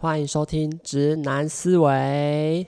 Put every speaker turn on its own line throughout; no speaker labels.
欢迎收听直男思维。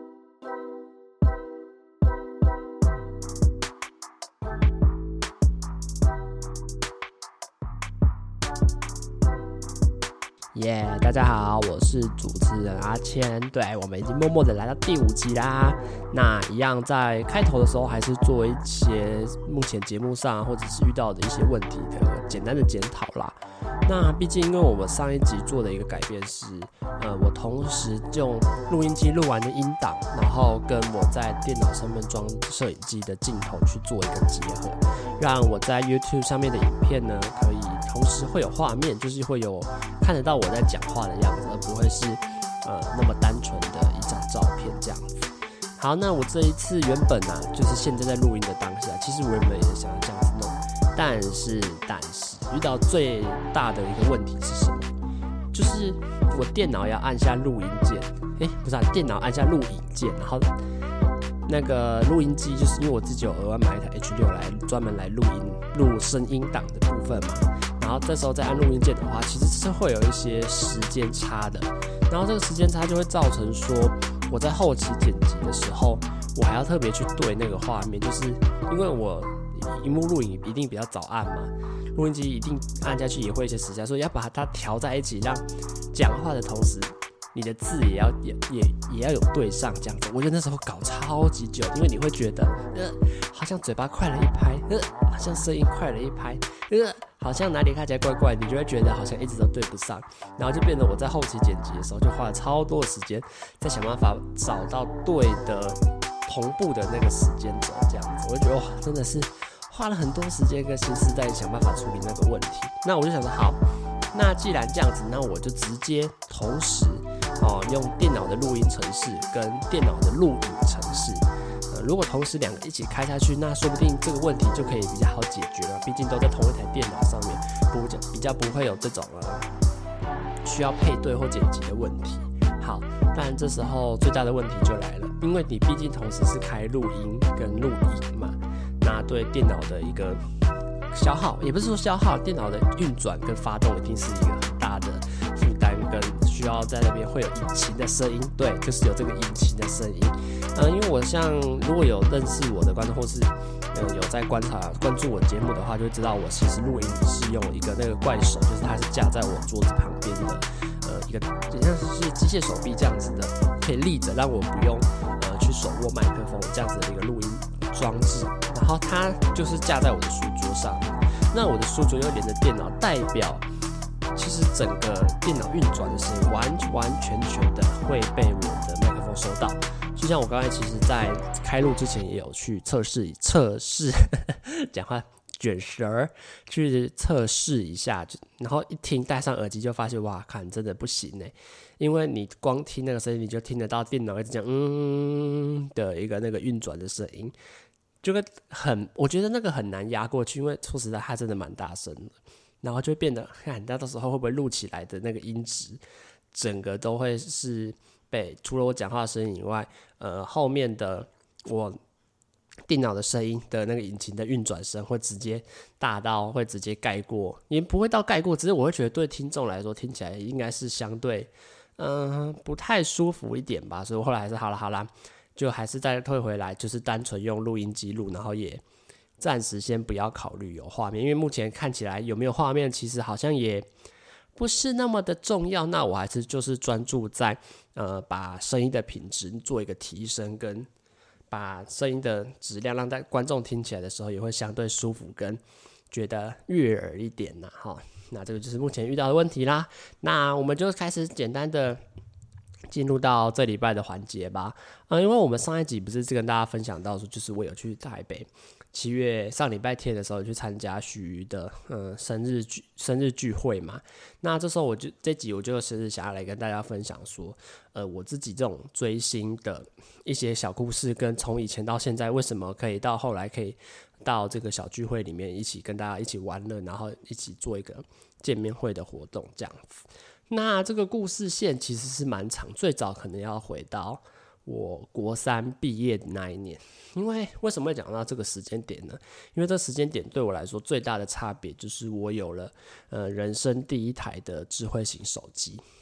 大家好，我是主持人阿谦。对，我们已经默默的来到第5集啦。那一样在开头的时候，还是做一些目前节目上或者是遇到的一些问题的简单的检讨啦。那毕竟因为我们上一集做的一个改变是，我同时用录音机录完的音档，然后跟我在电脑上面装摄影机的镜头去做一个结合，让我在 YouTube 上面的影片呢，可以同时会有画面，就是会有看得到我在讲话的样子，而不会是那么单纯的一张照片这样子。好，那我这一次原本就是现在在录音的当下，其实我原本也想要这样子弄，但是遇到最大的一个问题是什么？就是我电脑要按下录音键，不是电脑按下录影键，然后那个录音机就是因为我自己有额外买一台 H6 来专门来录声音档的部分嘛，然后这时候再按录音键的话，其实是会有一些时间差的，然后这个时间差就会造成说我在后期剪辑的时候，我还要特别去对那个画面，就是因为我萤幕录影一定比较早按嘛，录音机一定按下去也会有一些时间，所以要把它调在一起，让讲话的同时你的字也要有对上这样子。我觉得那时候搞超级久，因为你会觉得好像嘴巴快了一拍，好像声音快了一拍，好像哪里看起来怪怪，你就会觉得好像一直都对不上，然后就变得我在后期剪辑的时候就花了超多的时间在想办法找到对的同步的那个时间轴这样子。我就觉得哇，真的是花了很多时间跟心思在想办法处理那个问题。那我就想说好，那既然这样子，那我就直接同时用电脑的录音程式跟电脑的录影程式，如果同时两个一起开下去，那说不定这个问题就可以比较好解决了。毕竟都在同一台电脑上面，比较不会有这种需要配对或剪辑的问题。好，但这时候最大的问题就来了，因为你毕竟同时是开录音跟录影嘛，那对电脑的一个消耗，也不是说消耗，电脑的运转跟发动一定是一个很大的负担，跟需要在那边会有引擎的声音，对，就是有这个引擎的声音。因为我像如果有认识我的观众，或是有在关注我节目的话，就会知道我其实录音是用一个那个怪手，就是它是架在我桌子旁边的一个像是机械手臂这样子的，可以立着让我不用去手握麦克风这样子的一个录音装置，然后它就是架在我的书桌上，那我的书桌又连着电脑，代表其实整个电脑运转的声音完全的会被我的麦克风收到。就像我刚才其实在开录之前也有去测试讲话卷舌去测试一下，然后一听戴上耳机就发现哇，看真的不行因为你光听那个声音，你就听得到电脑一直讲的一个那个运转的声音，就会我觉得那个很难压过去，因为说实在它真的蛮大声的，然后就会变得看到时候会不会录起来的那个音质，整个都会是被除了我讲话的声音以外，后面的我电脑的声音的那个引擎的运转声会直接大到会直接盖过，也不会到盖过，只是我会觉得对听众来说听起来应该是相对不太舒服一点吧，所以我后来还是好啦，就还是再退回来，就是单纯用录音机录，然后也暂时先不要考虑有画面，因为目前看起来有没有画面其实好像也不是那么的重要，那我还是就是专注在把声音的品质做一个提升，跟把声音的质量让观众听起来的时候也会相对舒服跟觉得悦耳一点那这个就是目前遇到的问题啦。那我们就开始简单的进入到这礼拜的环节吧。因为我们上一集不是跟大家分享到说，就是我有去台北7月上礼拜天的时候去参加许瑜的生日聚会嘛。那这时候这集我就是想要来跟大家分享说，我自己这种追星的一些小故事，跟从以前到现在为什么可以到后来可以到这个小聚会里面一起跟大家一起玩乐，然后一起做一个见面会的活动这样子。那这个故事线其实是蛮长，最早可能要回到我国3毕业的那一年。因为为什么会讲到这个时间点呢？因为这时间点对我来说最大的差别就是我有了人生第一台的智慧型手机。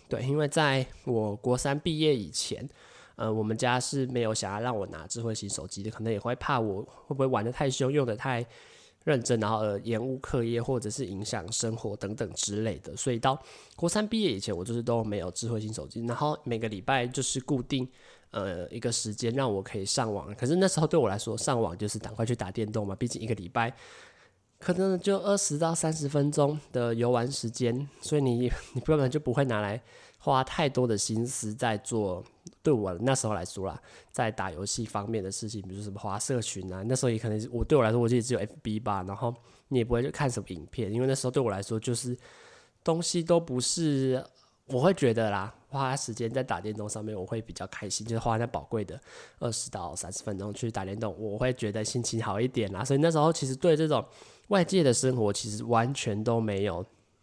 对，因为在我国3毕业以前，我们家是没有想要让我拿智慧型手机的，可能也会怕我会不会玩得太凶，用得太认真，然后延误课业或者是影响生活等等之类的。所以到国3毕业以前，我就是都没有智慧型手机，然后每个礼拜就是固定一个时间让我可以上网。可是那时候对我来说，上网就是赶快去打电动嘛，毕竟一个礼拜可能就20到30分钟的游玩时间，所以你根本就不会拿来花太多的心思在做。对我那时候来说啦，在打游戏方面的事情，比如说什么滑社群啊，那时候也可能对我来说，我记得只有 FB 吧，然后你也不会去看什么影片，因为那时候对我来说就是东西都不是，我会觉得啦，花时间在打电动上面我会比较开心，就是花那宝贵的20到30分钟去打电动，我会觉得心情好一点啦。所以那时候其实对这种外界的生活其实完全都没有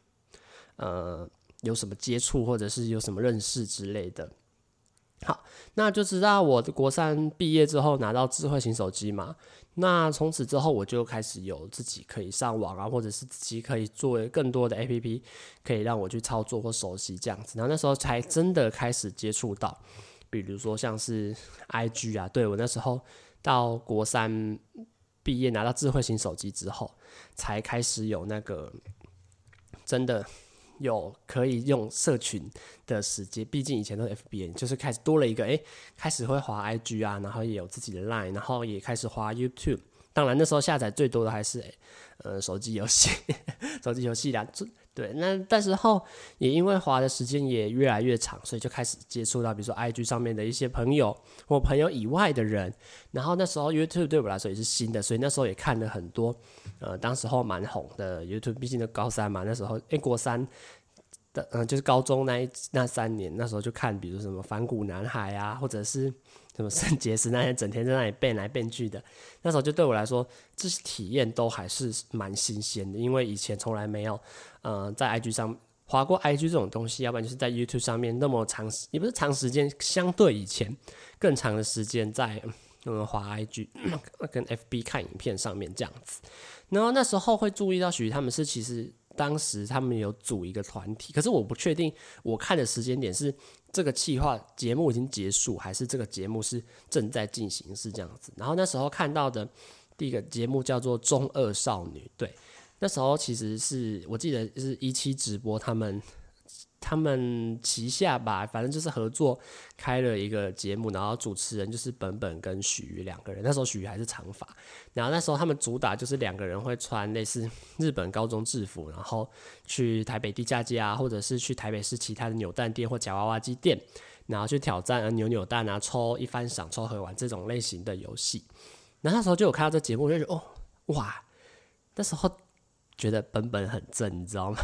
有什么接触或者是有什么认识之类的。好，那就知道我国3毕业之后拿到智慧型手机嘛，那从此之后我就开始有自己可以上网啊，或者是自己可以做更多的 APP 可以让我去操作或熟悉这样子，然后那时候才真的开始接触到，比如说像是 IG 啊，对，我那时候到国3毕业拿到智慧型手机之后，才开始有那个真的有可以用社群的时间，毕竟以前都是 FB， 就是开始多了一个，开始会滑 IG 啊，然后也有自己的 Line， 然后也开始滑 YouTube。当然那时候下载最多的还是手机游戏，手机游戏啦。对，但是后也因为滑的时间也越来越长，所以就开始接触到比如说 IG 上面的一些朋友或朋友以外的人。然后那时候 YouTube 对我来说也是新的，所以那时候也看了很多当时候蛮红的 YouTube， 毕竟都高3嘛，那时候国3的就是高中那3年，那时候就看比如什么反骨男孩啊，或者是什么圣结石那些整天在那里变来变去的，那时候就对我来说这些体验都还是蛮新鲜的，因为以前从来没有在 IG 上滑过 IG 这种东西，要不然就是在 YouTube 上面那么长，也不是长时间，相对以前更长的时间在滑 IG 跟 FB 看影片上面这样子。然后那时候会注意到许他们是其实当时他们有组一个团体，可是我不确定我看的时间点是这个企划节目已经结束，还是这个节目是正在进行是这样子。然后那时候看到的第一个节目叫做中二少女，对，那时候其实是我记得是17直播他们旗下吧，反正就是合作开了一个节目，然后主持人就是本本跟许瑜两个人，那时候许瑜还是长发，然后那时候他们主打就是两个人会穿类似日本高中制服，然后去台北地下街啊，或者是去台北市其他的扭蛋店或夹娃娃机店，然后去挑战扭蛋啊、抽一番赏、抽盒玩这种类型的游戏。然后那时候就有看到这节目，我就觉得哇，那时候觉得本本很正，你知道吗？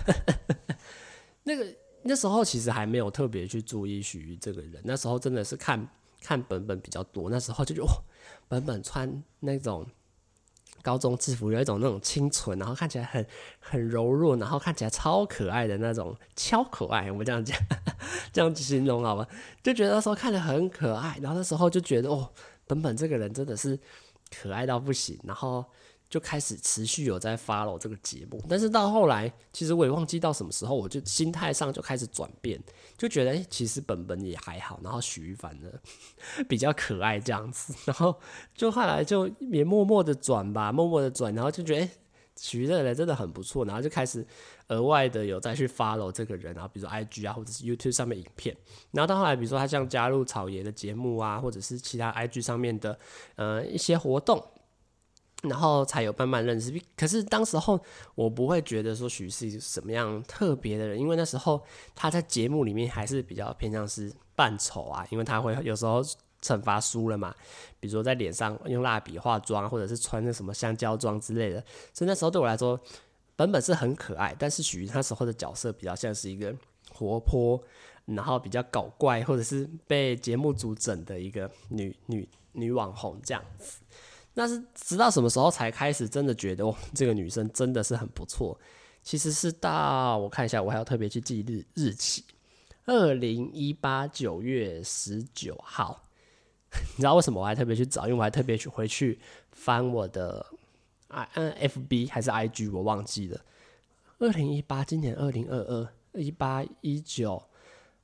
那时候其实还没有特别去注意许瑜这个人，那时候真的是看本本比较多。那时候就觉得本本穿那种高中制服，有一种那种清纯，然后看起来很柔弱，然后看起来超可爱的那种，超可爱，我们这样讲，这样形容好吗？就觉得那时候看得很可爱，然后那时候就觉得本本这个人真的是可爱到不行，然后就开始持续有在 follow 这个节目，但是到后来，其实我也忘记到什么时候，我就心态上就开始转变，就觉得其实本本也还好，然后许瑜反而比较可爱这样子，然后就后来就也默默的转，然后就觉得许瑜这个人真的很不错，然后就开始额外的有再去 follow 这个人，然后比如说 IG 啊，或者是 YouTube 上面影片，然后到后来比如说他像加入草爷的节目啊，或者是其他 IG 上面的一些活动。然后才有慢慢认识，可是当时候我不会觉得说许是什么样特别的人，因为那时候他在节目里面还是比较偏向是扮丑啊，因为他会有时候惩罚输了嘛，比如说在脸上用蜡笔化妆，或者是穿那什么香蕉装之类的，所以那时候对我来说本本是很可爱，但是许那时候的角色比较像是一个活泼，然后比较搞怪，或者是被节目组整的一个女网红这样子。那是直到什么时候才开始真的觉得这个女生真的是很不错？其实是到我看一下，我还要特别去记日期，2018 9月19号。你知道为什么我还特别去找？因为我还特别回去翻我的FB 还是 IG， 我忘记了。2018，今年2022，18、19、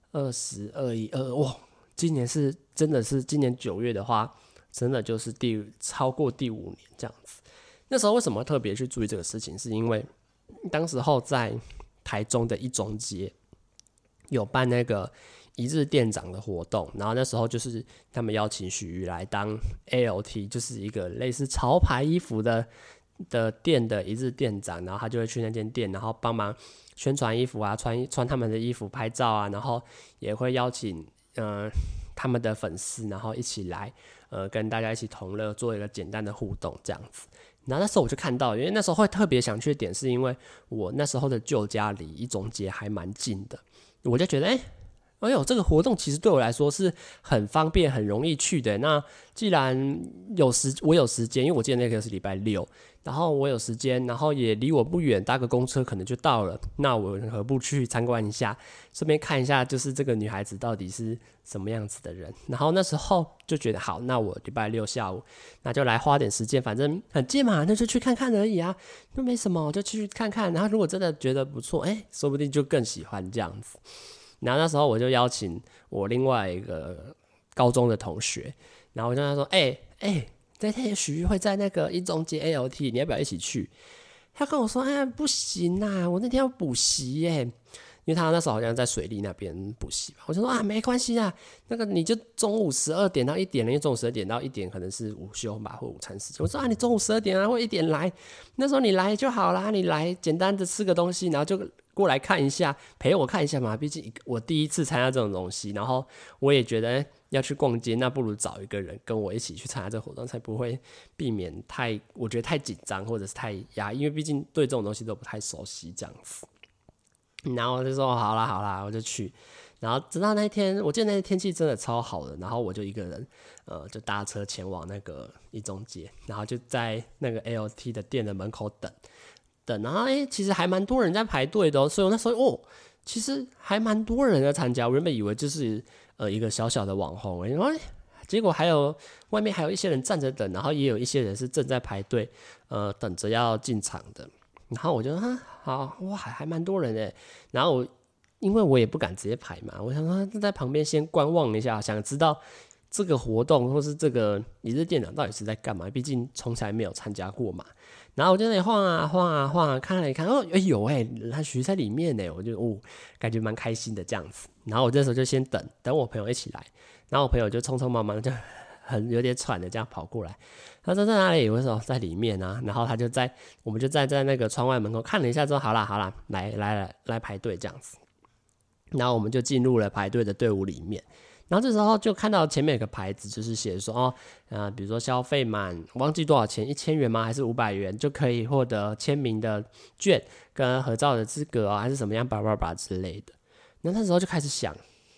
20、21、22，哇，今年是真的是今年9月的话，真的就是超过第5年这样子。那时候为什么特别去注意这个事情，是因为当时候在台中的一中街有办那个一日店长的活动，然后那时候就是他们邀请许瑜来当 ALT， 就是一个类似潮牌衣服的店的一日店长，然后他就会去那间店，然后帮忙宣传衣服啊，穿他们的衣服拍照啊，然后也会邀请他们的粉丝，然后一起来跟大家一起同乐，做一个简单的互动这样子。然后那时候我就看到，因为那时候会特别想去的点，是因为我那时候的旧家离一中街还蛮近的，我就觉得哎呦，这个活动其实对我来说是很方便、很容易去的。那既然我有时间，因为我记得那个是礼拜六，然后我有时间，然后也离我不远，搭个公车可能就到了。那我何不去参观一下，顺便看一下，就是这个女孩子到底是什么样子的人？然后那时候就觉得好，那我礼拜六下午那就来花点时间，反正很近嘛，那就去看看而已啊，就没什么，我就去看看。然后如果真的觉得不错，说不定就更喜欢这样子。然后那时候我就邀请我另外一个高中的同学，然后我就跟他说：“那天许瑜会在那个一中街 ALT， 你要不要一起去？”他跟我说：“不行啊，我那天要补习耶。”因为他那时候好像在水利那边补习吧。我就说：“没关系啊，那个你就中午12点到1点，因为中午12点到1点可能是午休吧或午餐时间。”我说：“你中午12点啊或1点来，那时候你来就好啦，你来简单的吃个东西，然后就过来看一下，陪我看一下嘛，毕竟我第一次参加这种东西，然后我也觉得要去逛街，那不如找一个人跟我一起去参加这个活动，才不会避免我觉得太紧张或者是太压抑，因为毕竟对这种东西都不太熟悉这样子。”然后我就说好啦，我就去。然后直到那一天，我记得那天天气真的超好的，然后我就一个人就搭车前往那个一中街，然后就在那个 ALT 的店的门口等，然后其实还蛮多人在排队的所以我那时候其实还蛮多人在参加。我原本以为就是一个小小的网红，然后结果外面还有一些人站着等，然后也有一些人是正在排队等着要进场的。然后我就好哇，还蛮多人耶。然后因为我也不敢直接排嘛，我想说在旁边先观望一下，想知道这个活动或是这个一日店长到底是在干嘛，毕竟从来没有参加过嘛。然后我就在那里晃啊，看了一看，有他许在里面呢，我就感觉蛮开心的这样子。然后我这时候就先等我朋友一起来，然后我朋友就匆匆忙忙就有点喘的这样跑过来，他说在哪里？我说在里面啊。然后我们就在那个窗外门口看了一下之后，好啦，来排队这样子。然后我们就进入了排队的队伍里面。然后这时候就看到前面有个牌子，就是写说比如说消费满忘记多少钱，1000元吗？还是500元就可以获得签名的券跟合照的资格还是什么样叭之类的。然后那时候就开始想，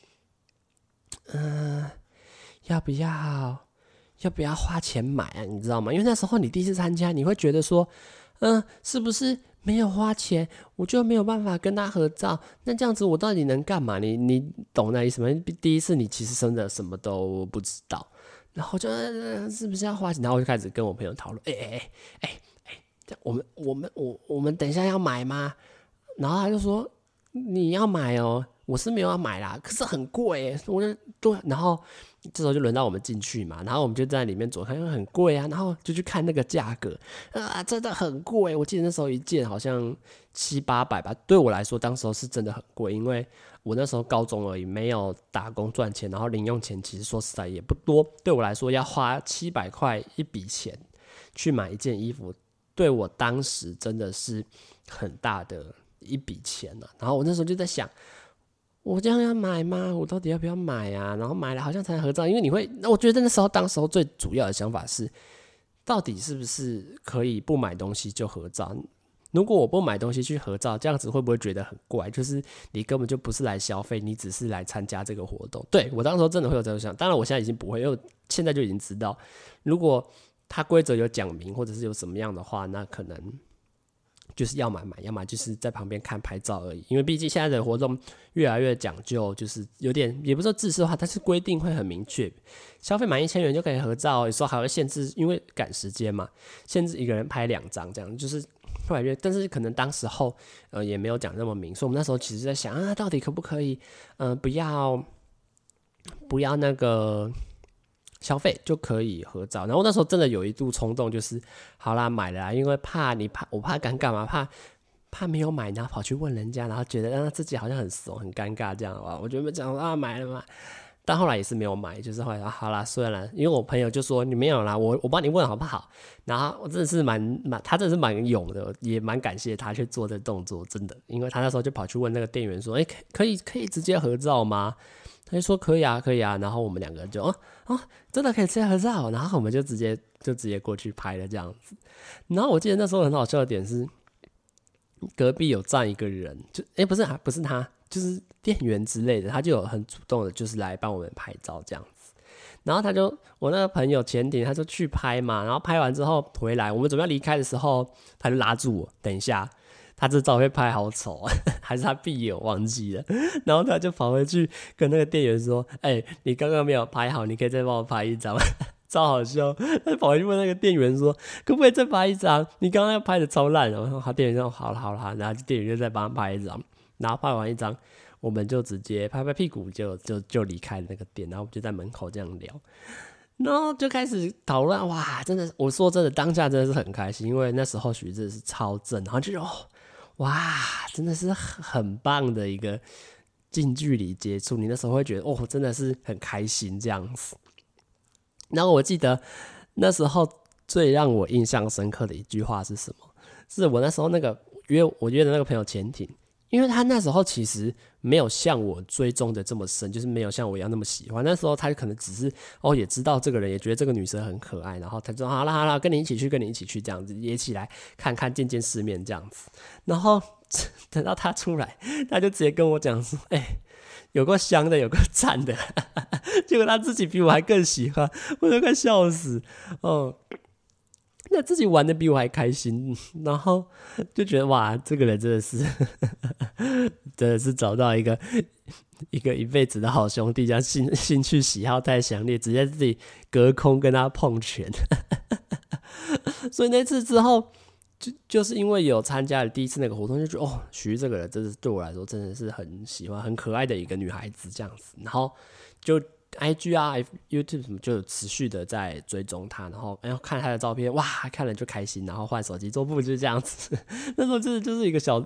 要不要花钱买啊？你知道吗？因为那时候你第一次参加，你会觉得说，是不是没有花钱，我就没有办法跟他合照？那这样子我到底能干嘛？你懂那意思吗？第一次你其实真的什么都不知道，然后就是不是要花钱？然后我就开始跟我朋友讨论，我们等一下要买吗？然后他就说你要买哦。我是没有要买啦，可是很贵耶。我就对，然后这时候就轮到我们进去嘛，然后我们就在里面左看，因为很贵啊，然后就去看那个价格真的很贵。我记得那时候一件好像700-800吧，对我来说当时候是真的很贵，因为我那时候高中而已，没有打工赚钱，然后零用钱其实说实在也不多，对我来说要花700块一笔钱去买一件衣服，对我当时真的是很大的一笔钱啊。然后我那时候就在想，我这样要买吗？我到底要不要买啊？然后买了好像才能合照，因为我觉得当时候最主要的想法是，到底是不是可以不买东西就合照？如果我不买东西去合照，这样子会不会觉得很怪？就是你根本就不是来消费，你只是来参加这个活动。对，我当时候真的会有这种想，当然我现在已经不会，因为我现在就已经知道，如果它规则有讲明或者是有什么样的话，那可能就是要买，要么就是在旁边看拍照而已。因为毕竟现在的活动越来越讲究，就是有点也不是说制式化，但是规定会很明确，消费满1000元就可以合照，有时候还会限制，因为赶时间嘛，限制一个人拍2张这样，就是后来但是可能当时候也没有讲那么明，所以我们那时候其实在想啊，到底可不可以不要那个消费就可以合照。然后那时候真的有一度冲动，就是好啦买了啦，因为我怕尴尬嘛，怕没有买，然后跑去问人家，然后觉得自己好像很怂很尴尬这样的话，我就讲啊买了嘛。但后来也是没有买，就是后来好啦算了，因为我朋友就说你没有啦，我帮你问好不好？然后我真的是他真的是蛮勇的，也蛮感谢他去做这动作，真的，因为他那时候就跑去问那个店员说，可以直接合照吗？他就说可以啊，然后我们两个就真的可以直接合照，然后我们就直接过去拍了这样子。然后我记得那时候很好笑的点是，隔壁有站一个人，不是他，就是店员之类的，他就有很主动的，就是来帮我们拍照这样子。然后我那个朋友前庭他就去拍嘛，然后拍完之后回来，我们准备要离开的时候，他就拉住我，等一下，他这照片拍好丑啊，还是他闭眼忘记了，然后他就跑回去跟那个店员说：“你刚刚没有拍好，你可以再帮我拍一张。”超好笑，他就跑回去问那个店员说：“可不可以再拍一张？你刚刚拍的超烂。”然后他店员说：“好了。”然后店员就再帮他拍一张，然后拍完一张，我们就直接拍屁股就离开了那个店，然后我们就在门口这样聊，然后就开始讨论。哇，真的，我说真的，当下真的是很开心，因为那时候许真的是超正，然后就哇，真的是很棒的一个近距离接触，你那时候会觉得真的是很开心这样子。然后我记得那时候最让我印象深刻的一句话是什么？是我那时候我约的那个朋友前庭，因为他那时候其实没有像我追踪的这么深，就是没有像我一样那么喜欢。那时候他可能只是也知道这个人，也觉得这个女生很可爱，然后他就说好啦，跟你一起去这样子，也一起来看看见世面这样子。然后等到他出来，他就直接跟我讲说：“有个香的，有个赞的。”结果他自己比我还更喜欢，我都快笑死那自己玩的比我还开心，然后就觉得哇，这个人真的是找到一个一辈子的好兄弟，这样兴趣喜好太强烈，直接自己隔空跟他碰拳。所以那次之后，就是因为有参加了第一次那个活动，就觉得许这个人真的对我来说真的是很喜欢、很可爱的一个女孩子这样子，然后就。IG 啊 YouTube 什么就持续的在追踪他，然后看他的照片，哇，看了就开心，然后换手机桌布就是这样子。那时候就是一个小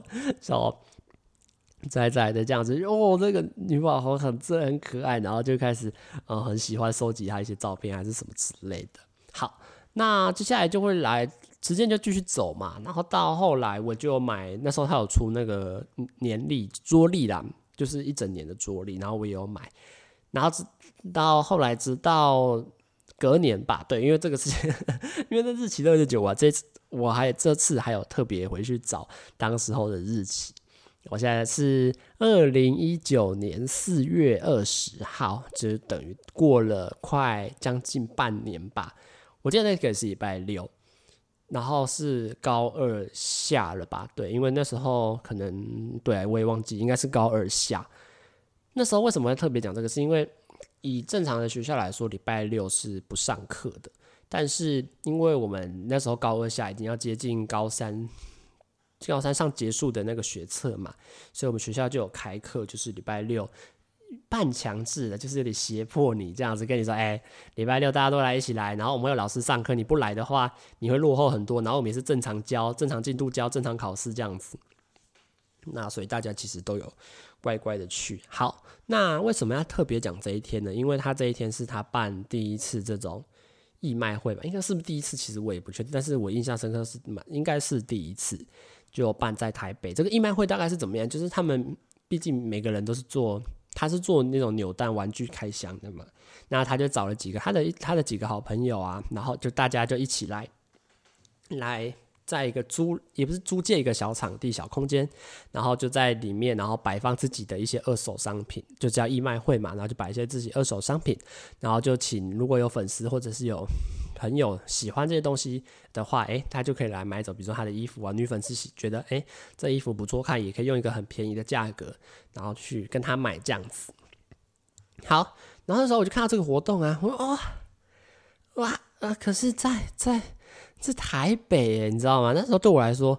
宅宅的这样子，这个女网红很可爱，然后就开始很喜欢收集她一些照片还是什么之类的。好，那接下来就会来时间就继续走嘛，然后到后来我就买，那时候他有出那个年历桌历啦，就是一整年的桌历，然后我也有买。然后到后来直到隔年吧，对，因为这个事情，因为那日期29啊，这次还有特别回去找当时候的日期。我现在是2019年4月20号，就是等于过了快将近半年吧。我记得那个是礼拜六，然后是高2下了吧？对，因为那时候可能对我也忘记，应该是高2下。那时候为什么会特别讲这个？是因为以正常的学校来说，礼拜六是不上课的。但是因为我们那时候高2下已经要接近高3上结束的那个学测嘛，所以我们学校就有开课，就是礼拜六半强制的，就是有点胁迫你这样子跟你说，礼拜六大家都来一起来，然后我们有老师上课，你不来的话，你会落后很多。然后我们也是正常进度教，正常考试这样子。那所以大家其实都有乖乖的去。好，那为什么要特别讲这一天呢？因为他这一天是他办第一次这种义卖会吧，应该是不是第一次？其实我也不确定，但是我印象深刻是应该是第一次就办在台北。这个义卖会大概是怎么样？就是他们毕竟每个人都是他是做那种扭蛋玩具开箱的嘛，那他就找了几个他的几个好朋友啊，然后就大家就一起来在一个也不是租借一个小场地小空间，然后就在里面，然后摆放自己的一些二手商品，就叫义卖会嘛，然后就摆一些自己二手商品，然后就请如果有粉丝或者是有朋友喜欢这些东西的话，他就可以来买走，比如说他的衣服啊，女粉丝觉得这衣服不错看，也可以用一个很便宜的价格，然后去跟他买这样子。好，然后那时候我就看到这个活动啊，我说哇可是在台北耶，你知道吗？那时候对我来说，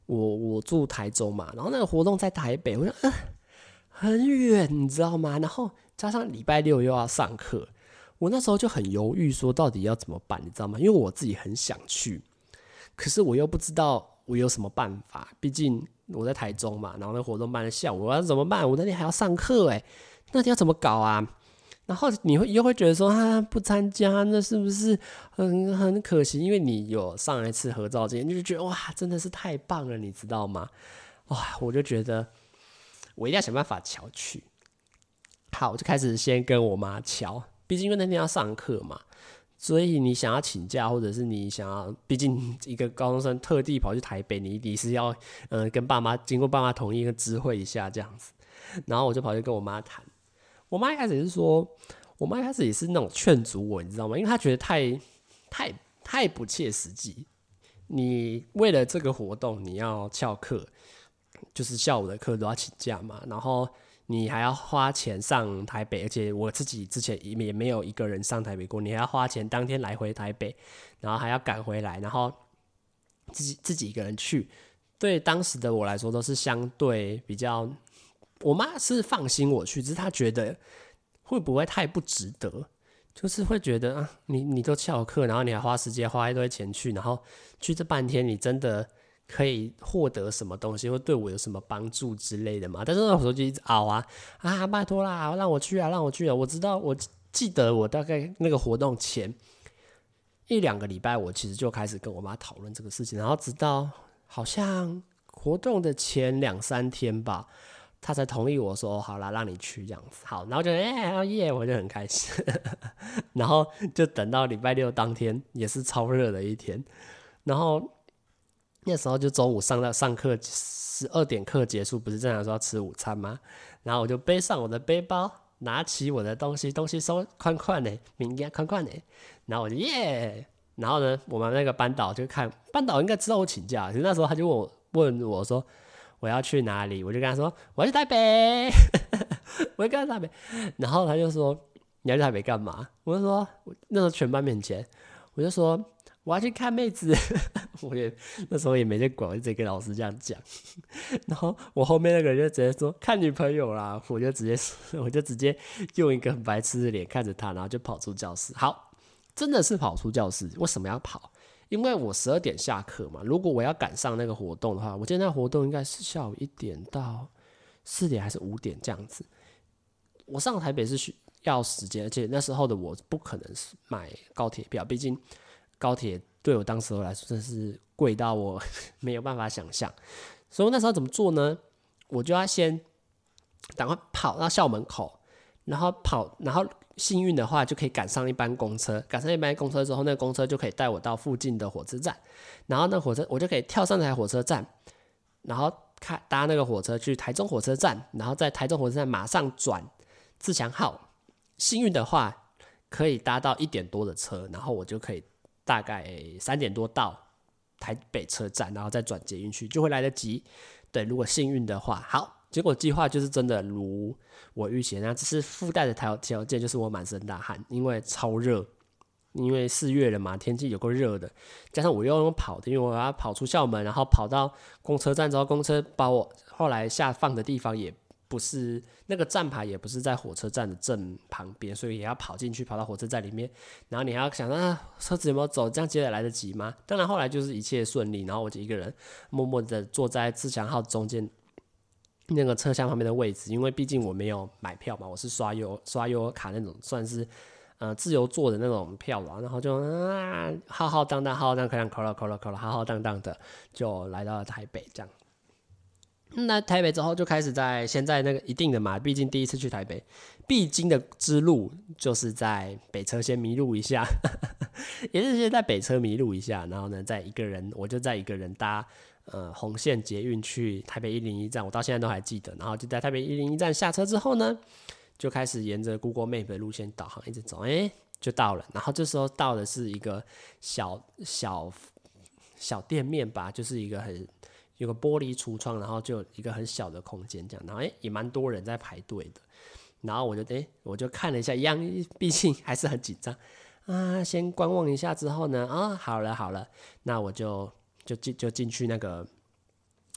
我住台中嘛，然后那个活动在台北，我就很远，你知道吗？然后加上礼拜六又要上课，我那时候就很犹豫，说到底要怎么办，你知道吗？因为我自己很想去，可是我又不知道我有什么办法，毕竟我在台中嘛，然后那活动办的下午，我要怎么办？我那天还要上课那天要怎么搞啊？然后你又会觉得说不参加，那是不是很可惜？因为你有上一次合照经验，你就觉得哇，真的是太棒了，你知道吗？哇，我就觉得我一定要想办法瞧去。好，我就开始先跟我妈瞧，毕竟因为那天要上课嘛，所以你想要请假，或者是你想要，毕竟一个高中生特地跑去台北，你是要跟爸妈经过爸妈同意跟知会一下这样子。然后我就跑去跟我妈谈。我妈一开始也是说，我妈一开始也是那种劝阻我，你知道吗？因为她觉得太不切实际。你为了这个活动，你要翘课，就是下午的课都要请假嘛，然后你还要花钱上台北，而且我自己之前也没有一个人上台北过，你还要花钱当天来回台北，然后还要赶回来，然后自己一个人去，对当时的我来说都是相对比较。我妈是放心我去，只是她觉得会不会太不值得，就是会觉得你都翘课，然后你还花时间花一堆钱去，然后去这半天，你真的可以获得什么东西，或对我有什么帮助之类的嘛？但是那时候就一直熬拜托啦，让我去啊，让我去啊！我知道，我记得我大概那个活动前1-2个礼拜，我其实就开始跟我妈讨论这个事情，然后直到好像活动的前2-3天吧。他才同意我说好啦，让你去这样子。好，然后就耶，我就很开心。然后就等到礼拜六当天，也是超热的一天。然后那时候就中午上课，12点课结束，不是正常说要吃午餐吗？然后我就背上我的背包，拿起我的东西收宽宽的，明天宽宽的。然后我就耶。然后呢，我们那个班导就看，班导应该知道我请假，其实那时候他就问我说。我要去哪里？我就跟他说我要去台北，我就跟他台北，然后他就说你要去台北干嘛？我就说那时候全班面前，我就说我要去看妹子，那时候也没在管，我就直接跟老师这样讲。然后我后面那个人就直接说看女朋友啦，我就直接用一个很白痴的脸看着他，然后就跑出教室。好，真的是跑出教室，为什么要跑？因为我12点下课嘛，如果我要赶上那个活动的话，我记得那个活动应该是下午1点到4点还是5点这样子。我上台北是需要时间，而且那时候的我不可能是买高铁票，毕竟高铁对我当时来说真的是贵到我没有办法想象。所以那时候怎么做呢？我就要先赶快跑到校门口，然后幸运的话就可以赶上一班公车，赶上一班公车之后，那个公车就可以带我到附近的火车站，然后那火车我就可以跳上台火车站，然后搭那个火车去台中火车站，然后在台中火车站马上转自强号，幸运的话可以搭到1点多的车，然后我就可以大概3点多到台北车站，然后再转捷运去，就会来得及。对，如果幸运的话，好。结果计划就是真的如我预期那样，只是附带的条件就是我满身大汗，因为超热，因为4月了嘛，天气有够热的，加上我又用跑的，因为我要跑出校门，然后跑到公车站之后，公车把我后来下放的地方也不是那个站牌，也不是在火车站的正旁边，所以也要跑进去，跑到火车站里面，然后你还要想车子有没有走，这样接着来得及吗？当然后来就是一切顺利，然后我就一个人默默的坐在自强号中间那个车厢旁边的位置，因为毕竟我没有买票嘛，我是刷悠卡那种，算是自由坐的那种票啦，然后就浩浩荡荡，可能扣了，浩浩荡荡的就来到了台北这样。那台北之后就开始先在那个一定的嘛，毕竟第一次去台北，必经的之路就是在北车先迷路一下，也是先在北车迷路一下，然后呢，我就在一个人搭。红线捷运去台北101站，我到现在都还记得。然后就在台北101站下车之后呢，就开始沿着 Google Map 的路线导航一直走，就到了。然后这时候到的是一个小店面吧，就是一个有个玻璃橱窗，然后就有一个很小的空间这样。然后也蛮多人在排队的。然后我就看了一下，一样，毕竟还是很紧张先观望一下之后呢，好了，那我就进去那个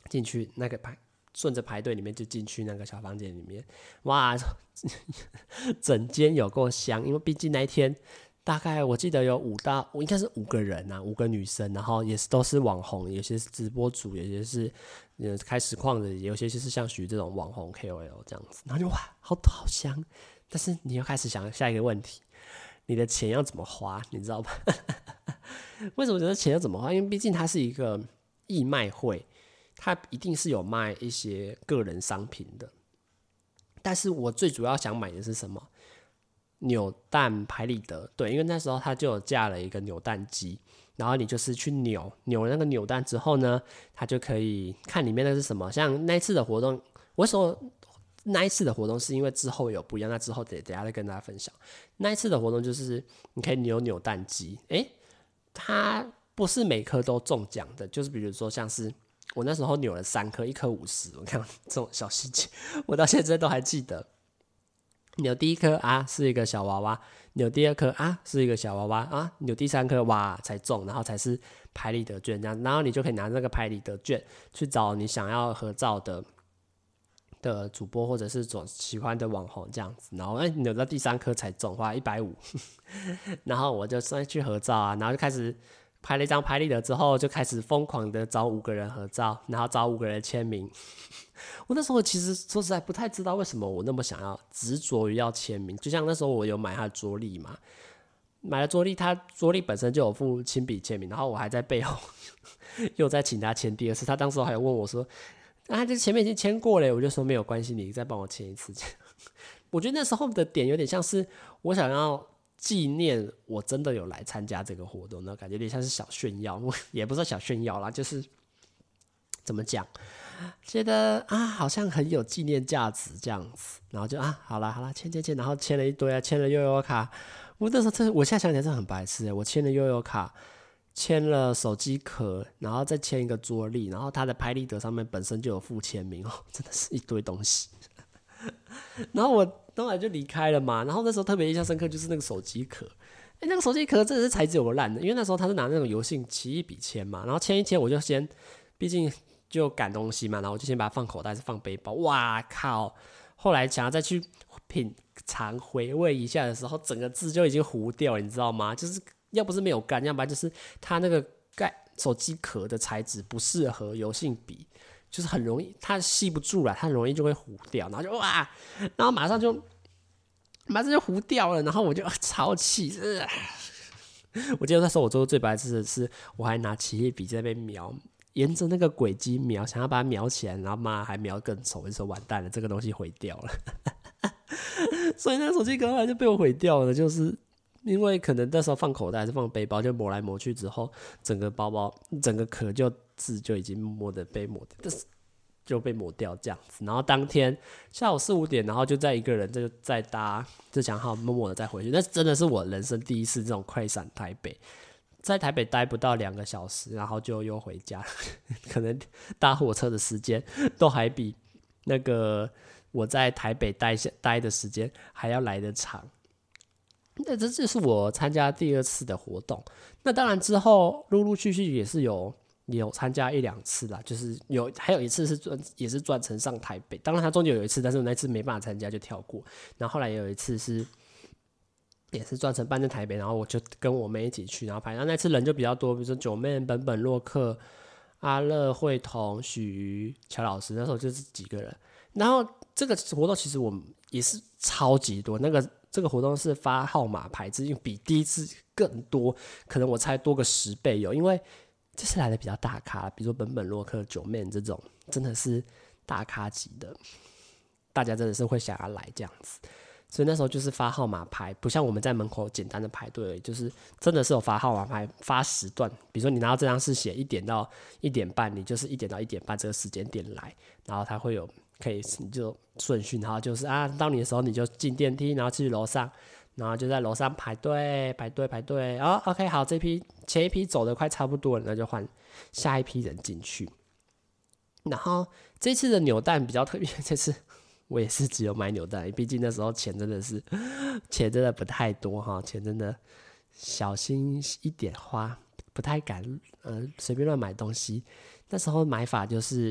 进去那个顺着排队里面就进去那个小房间里面，哇，整间有够香，因为毕竟那一天大概我记得有应该是5个人啊，5个女生，然后也是都是网红，有些是直播主，有些是开实况的，有些就是像许这种网红 KOL 这样子，然后就哇，好香，但是你又开始想下一个问题，你的钱要怎么花，你知道吧？为什么觉得钱要怎么花？因为毕竟它是一个义卖会，它一定是有卖一些个人商品的。但是我最主要想买的是什么？扭蛋拍立得，对，因为那时候它就有架了一个扭蛋机，然后你就是去扭了那个扭蛋之后呢，它就可以看里面的是什么。像那一次的活动，我说那一次的活动是因为之后有不一样，那之后等一下再跟大家分享。那一次的活动就是你可以扭蛋机，它不是每颗都中奖的，就是比如说像是我那时候扭了3颗，1颗50，我看这种小细节，我到现在都还记得。扭第1颗啊是一个小娃娃，扭第2颗啊是一个小娃娃啊，扭第3颗哇才中，然后才是拍立得券这样，然后你就可以拿那个拍立得券去找你想要合照的主播或者是所喜欢的网红这样子，然后扭到第3颗才中，花150，然后我就上去合照啊，然后就开始拍了一张拍立得之后，就开始疯狂的找5个人合照，然后找5个人签名。我那时候其实说实在不太知道为什么我那么想要执着于要签名，就像那时候我有买他的桌历嘛，买了桌历，他桌历本身就有附亲笔签名，然后我还在背后又再请他签第2次，他当时还有问我说：“啊，这前面已经签过了。”我就说没有关系，你再帮我签一次。我觉得那时候的点有点像是我想要纪念我真的有来参加这个活动，那感觉有点像是小炫耀，也不是小炫耀啦，就是怎么讲？觉得啊，好像很有纪念价值这样子，然后就啊，好啦，签，然后签了一堆啊，签了悠游卡。我那时候我现在想起来真的很白痴我签了悠游卡，签了手机壳，然后再签一个桌历，然后他的拍立得上面本身就有附签名真的是一堆东西。然后我当然就离开了嘛，然后那时候特别印象深刻就是那个手机壳。那个手机壳真的是材质有个烂的，因为那时候他是拿那种油性奇异笔签嘛，然后签一签我就先，毕竟就赶东西嘛，然后我就先把它放口袋，是放背包。哇靠！后来想要再去品尝回味一下的时候，整个字就已经糊掉了，你知道吗？就是要不是没有干，要不然就是它那个手机壳的材质不适合油性笔，就是很容易它吸不住了，它很容易就会糊掉，然后就哇，然后马上就糊掉了，然后我就超气。我记得那时候我做的最白痴的是，我还拿奇异笔在那边描。沿着那个轨迹描，想要把它描起来，然后妈还描更丑，我就说完蛋了，这个东西毁掉了。所以那个手机壳后来就被我毁掉了，就是因为可能那时候放口袋还是放背包，就磨来磨去之后，整个包包整个壳字就已经默默的被磨掉，就被磨掉这样子。然后当天下午4、5点，然后就再一个人就再搭自强号默默的再回去，那真的是我人生第一次这种快闪台北。在台北待不到2个小时，然后就又回家，可能搭火车的时间都还比那个我在台北待的时间还要来得长。那这就是我参加第2次的活动。那当然之后陆陆续续也是有参加1、2次啦，就是还有一次也是专程上台北，当然他中间有一次，但是我那次没办法参加就跳过。然后后来也有一次也是专程搬在台北，然后我就跟我妹一起去，然后拍。然后那次人就比较多，比如说九妹、本洛克、阿乐、慧彤、许瑜、乔老师，那时候就是几个人。然后这个活动其实我们也是超级多，这个活动是发号码牌，因为比第一次更多，可能我猜多个10倍有，因为这次来的比较大咖，比如说本洛克、九妹这种真的是大咖级的，大家真的是会想要来这样子。所以那时候就是发号码牌，不像我们在门口简单的排队而已，就是真的是有发号码牌，发时段。比如说你拿到这张是写1点到1点半，你就是1点到1点半这个时间点来，然后它会有你就顺序，然后就是到你的时候你就进电梯，然后去楼上，然后就在楼上排队。OK 好，前一批走的快差不多了，那就换下一批人进去。然后这次的扭蛋比较特别，这次我也是只有买扭蛋，毕竟那时候钱真的不太多哈，钱真的小心一点花，不太敢随便乱买东西。那时候买法就是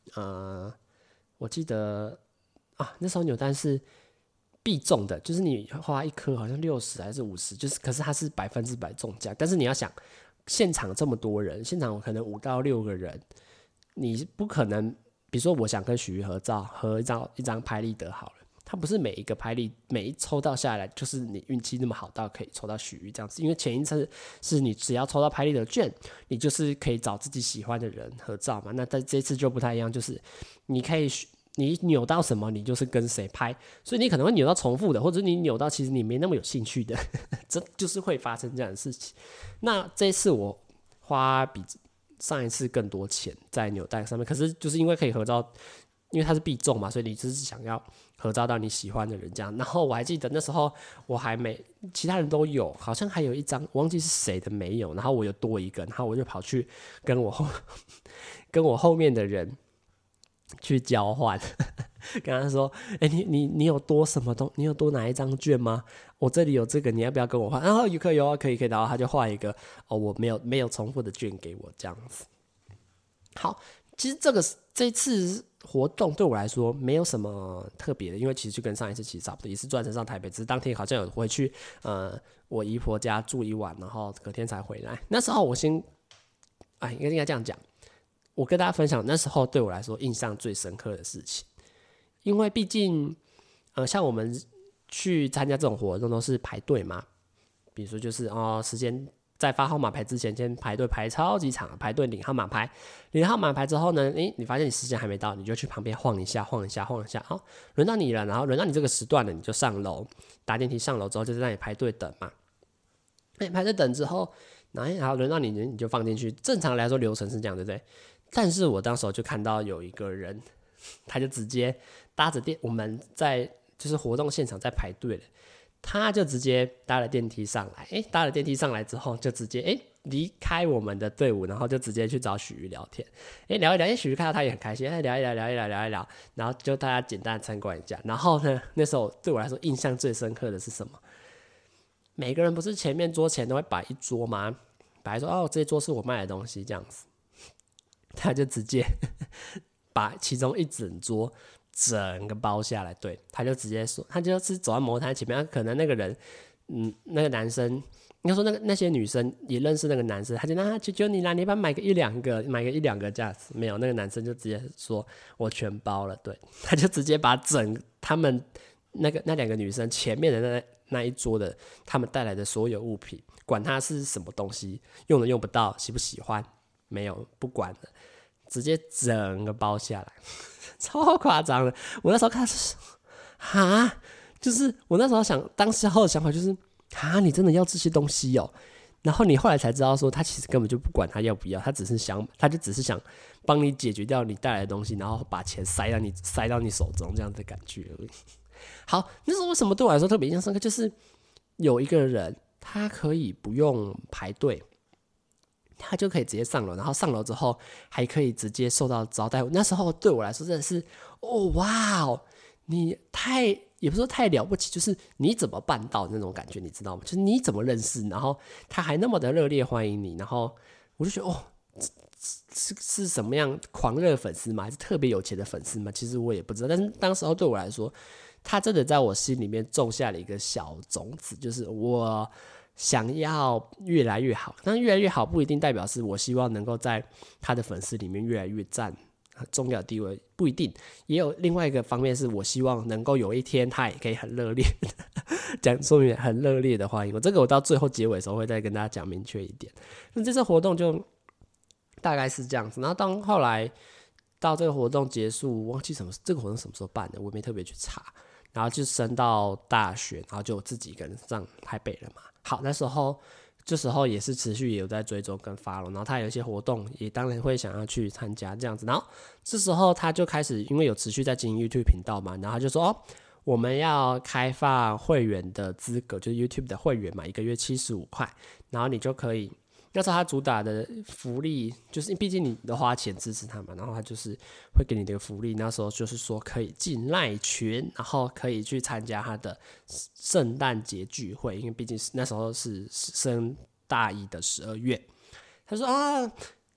我记得啊，那时候扭蛋是必中的，就是你花一颗好像60还是50，就是可是它是100%中奖。但是你要想，现场这么多人，现场可能5到6个人，你不可能，比如说我想跟许瑜合照，合一张拍立得好了。它不是每一个拍立每一抽到下来，就是你运气那么好到可以抽到许瑜这样子，因为前一次是你只要抽到拍立得券，你就是可以找自己喜欢的人合照嘛。那在这次就不太一样，就是你可以你扭到什么，你就是跟谁拍，所以你可能会扭到重复的，或者你扭到其实你没那么有兴趣的，这就是会发生这样的事情。那这一次我花比上一次更多钱在扭蛋上面，可是就是因为可以合照。因为它是必中嘛，所以你只是想要合照到你喜欢的人这样。然后我还记得那时候我还没，其他人都有，好像还有一张，我忘记是谁的没有，然后我有多一个，然后我就跑去跟我后面的人去交换，跟他说：“你有多什么东？你有多哪一张券吗？我这里有这个，你要不要跟我换？”然后有啊，可以，然后他就换一个我没有重复的券给我这样子。好，其实这次活动对我来说没有什么特别的，因为其实就跟上一次其实差不多，也是专程上台北，只是当天好像有回去我姨婆家住一晚，然后隔天才回来。那时候我应该这样讲，我跟大家分享那时候对我来说印象最深刻的事情，因为毕竟像我们去参加这种活动都是排队嘛，比如说就是时间。在发号码牌之前，先排队排超级长，排队领号码牌。领号码牌之后呢，你发现你时间还没到，你就去旁边晃一下。好，轮到你了，然后轮到你这个时段了，你就上楼，搭电梯上楼之后就在那里排队等嘛。排队等之后，然后轮到你就放进去。正常来说流程是这样，对不对？但是我当时就看到有一个人，他就直接搭着我们在就是活动现场在排队了。他就直接搭了电梯上来，搭了电梯上来之后，就直接离开我们的队伍，然后就直接去找许瑜聊天，聊一聊，许瑜看到他也很开心，聊一聊，然后就大家简单参观一下。然后呢，那时候对我来说印象最深刻的是什么？每个人不是前面桌前都会摆一桌吗？摆说这一桌是我卖的东西这样子，他就直接把其中一整桌。整个包下来，对，他就直接说，他就是走在摩托车前面，可能那个人，那个男生，应该说那些女生也认识那个男生，他就让他求你啦，你帮买个一两个这样子，没有，那个男生就直接说我全包了，对，他就直接把他们那两个女生前面的那一桌的他们带来的所有物品，管它是什么东西，用用不到，喜不喜欢，没有不管了，直接整个包下来。超夸张的！我那时候看是就是我那时候当时候的想法就是你真的要这些东西哦？然后你后来才知道说，他其实根本就不管他要不要，他就只是想帮你解决掉你带来的东西，然后把钱塞到你手中这样的感觉而已。好，那时候为什么对我来说特别印象深刻？就是有一个人他可以不用排队。他就可以直接上楼，然后上楼之后还可以直接受到招待。那时候对我来说真的是，哇哦，你也不是说太了不起，就是你怎么办到的那种感觉，你知道吗？就是你怎么认识，然后他还那么的热烈欢迎你，然后我就觉得是什么样狂热粉丝吗？还是特别有钱的粉丝吗？其实我也不知道，但是当时候对我来说，他真的在我心里面种下了一个小种子，就是我。想要越来越好，但越来越好不一定代表是我希望能够在他的粉丝里面越来越占重要的地位，不一定。也有另外一个方面是我希望能够有一天他也可以很热烈的说明很热烈的欢迎我。这个我到最后结尾的时候会再跟大家讲明确一点。那这次活动就大概是这样子，然后当后来到这个活动结束，忘记这个活动什么时候办的，我没特别去查。然后就升到大学，然后就自己一个人上台北了嘛。好，这时候也是持续也有在追踪跟 follow， 然后他有一些活动也当然会想要去参加这样子。然后这时候他就开始因为有持续在经营 YouTube 频道嘛，然后他就说我们要开放会员的资格，就是 YouTube 的会员嘛，一个月75块，然后你就可以。那时候他主打的福利，就是毕竟你都花钱支持他嘛，然后他就是会给你这个福利。那时候就是说可以进赖群，然后可以去参加他的圣诞节聚会，因为毕竟那时候是升大一的12月。他说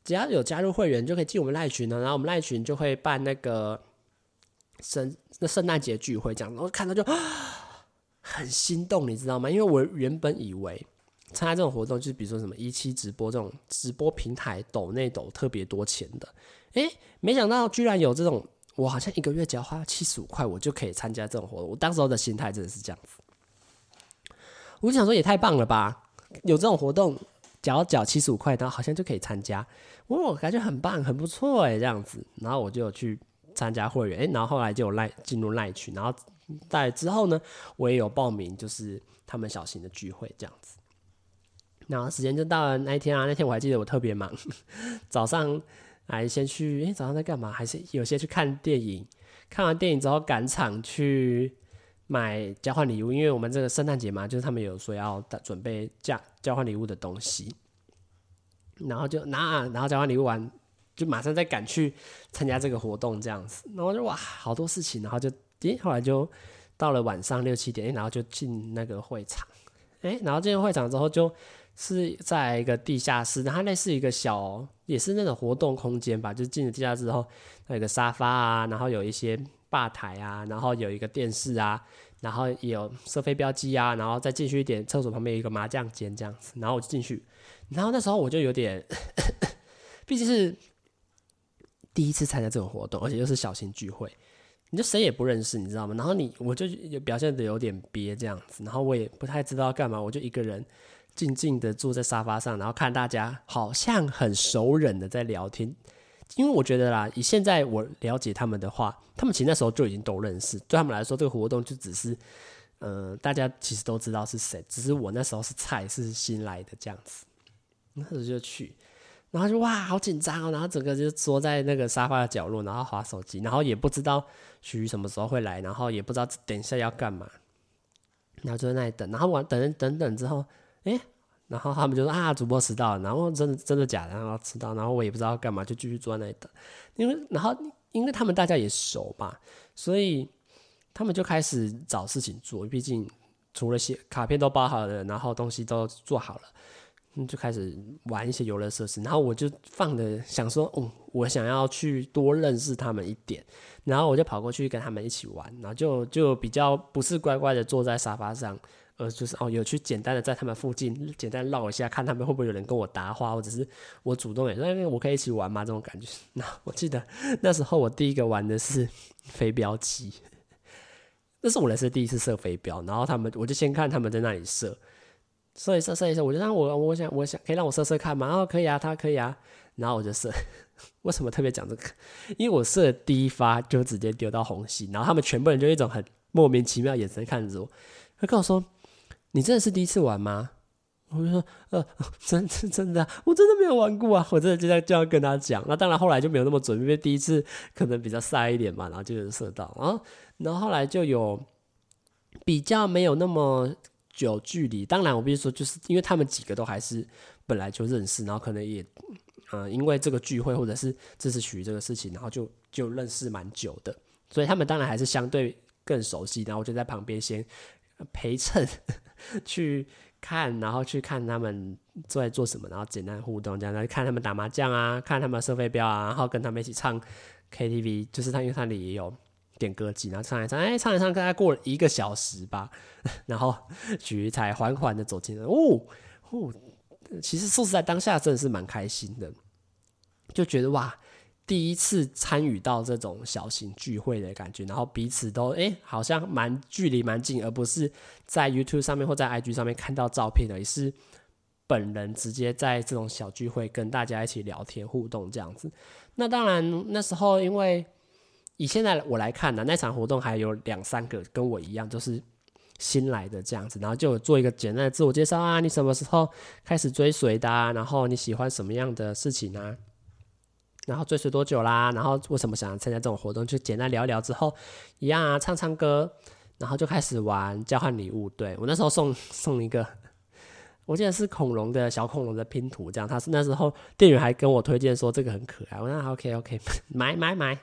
只要有加入会员就可以进我们赖群了，然后我们赖群就会办那个圣诞节聚会这样，然后看到就很心动，你知道吗？因为我原本以为参加这种活动就是比如说什么17直播这种直播平台抖内抖特别多钱的，没想到居然有这种，我好像1个月只要花75块我就可以参加这种活动，我当时候的心态真的是这样子，我就想说也太棒了吧，有这种活动只要缴75块然后好像就可以参加，我感觉很棒很不错这样子，然后我就有去参加会员，然后后来就有进入赖群，然后在之后呢我也有报名就是他们小型的聚会这样子，然后时间就到了那一天啊，那天我还记得我特别忙，早上还先去早上在干嘛，还是有些去看电影，看完电影之后赶场去买交换礼物，因为我们这个圣诞节嘛，就是他们有说要准备交换礼物的东西，然后就然后交换礼物完就马上再赶去参加这个活动这样子，然后就哇好多事情，然后就后来就到了晚上6、7点，然后就进那个会场，然后进会场之后就是在一个地下室，它类似一个小也是那种活动空间吧，就进了地下室之后有一个沙发啊，然后有一些吧台啊，然后有一个电视啊，然后也有射飞镖机啊，然后再进去一点，厕所旁边有一个麻将间这样子，然后我就进去，然后那时候我就有点毕竟是第一次参加这种活动，而且又是小型聚会，你就谁也不认识你知道吗，然后我就表现得有点憋这样子，然后我也不太知道干嘛，我就一个人静静的坐在沙发上，然后看大家好像很熟人的在聊天，因为我觉得啦，以现在我了解他们的话，他们其实那时候就已经都认识，对他们来说这个活动就只是大家其实都知道是谁，只是我那时候是菜是新来的这样子，那时候就去，然后就哇好紧张哦，然后整个就坐在那个沙发的角落，然后滑手机，然后也不知道徐什么时候会来，然后也不知道等一下要干嘛，然后就在那里等，然后我等之后然后他们就说主播迟到了，然后真的假的，然后迟到，然后我也不知道干嘛，就继续坐在那里等，因为他们大家也熟嘛，所以他们就开始找事情做，毕竟除了写卡片都包好了，然后东西都做好了，就开始玩一些游乐设施，然后我就想说我想要去多认识他们一点，然后我就跑过去跟他们一起玩，然后就比较不是乖乖的坐在沙发上，就是有去简单的在他们附近简单绕一下，看他们会不会有人跟我搭话，或者是我主动也说我可以一起玩吗这种感觉。那我记得那时候我第一个玩的是飞镖机，那是我人生第一次射飞镖，然后我就先看他们在那里射一射，我就让我想可以让我射看吗？可以啊，他可以啊，然后我就射。为什么特别讲这个？因为我射的第一发就直接丢到红心，然后他们全部人就一种很莫名其妙的眼神看着我，他跟我说：“你真的是第一次玩吗？”我就说：“真的、啊，我真的没有玩过啊！”我真的就这样跟他讲。那当然后来就没有那么准，因为第一次可能比较晒一点嘛，然后就有射到，然后后来就有比较没有那么久距离。当然我必须说，就是因为他们几个都还是本来就认识，然后可能也因为这个聚会或者是支持曲这个事情，然后就认识蛮久的，所以他们当然还是相对更熟悉。然后我就在旁边先陪衬去看，然后去看他们在做什么，然后简单互动这样，然后看他们打麻将啊，看他们射飞镖啊，然后跟他们一起唱 KTV， 就是因为他里也有点歌机，然后唱一唱，大概过了1个小时吧，然后局才缓缓的走进来。其实说实在，当下真的是蛮开心的，就觉得哇，第一次参与到这种小型聚会的感觉，然后彼此都好像距离蛮近，而不是在 YouTube 上面或在 IG 上面看到照片的，也是本人直接在这种小聚会跟大家一起聊天互动这样子。那当然那时候因为以现在我来看呢，那场活动还有2-3个跟我一样就是新来的这样子，然后就有做一个简单的自我介绍啊，你什么时候开始追随的啊，然后你喜欢什么样的事情啊，然后追随多久啦，然后为什么想参加这种活动，就简单聊一聊之后一样啊，唱唱歌，然后就开始玩交换礼物。对，我那时候送一个我记得是小恐龙的拼图这样，他是那时候店员还跟我推荐说这个很可爱，我说 OK 买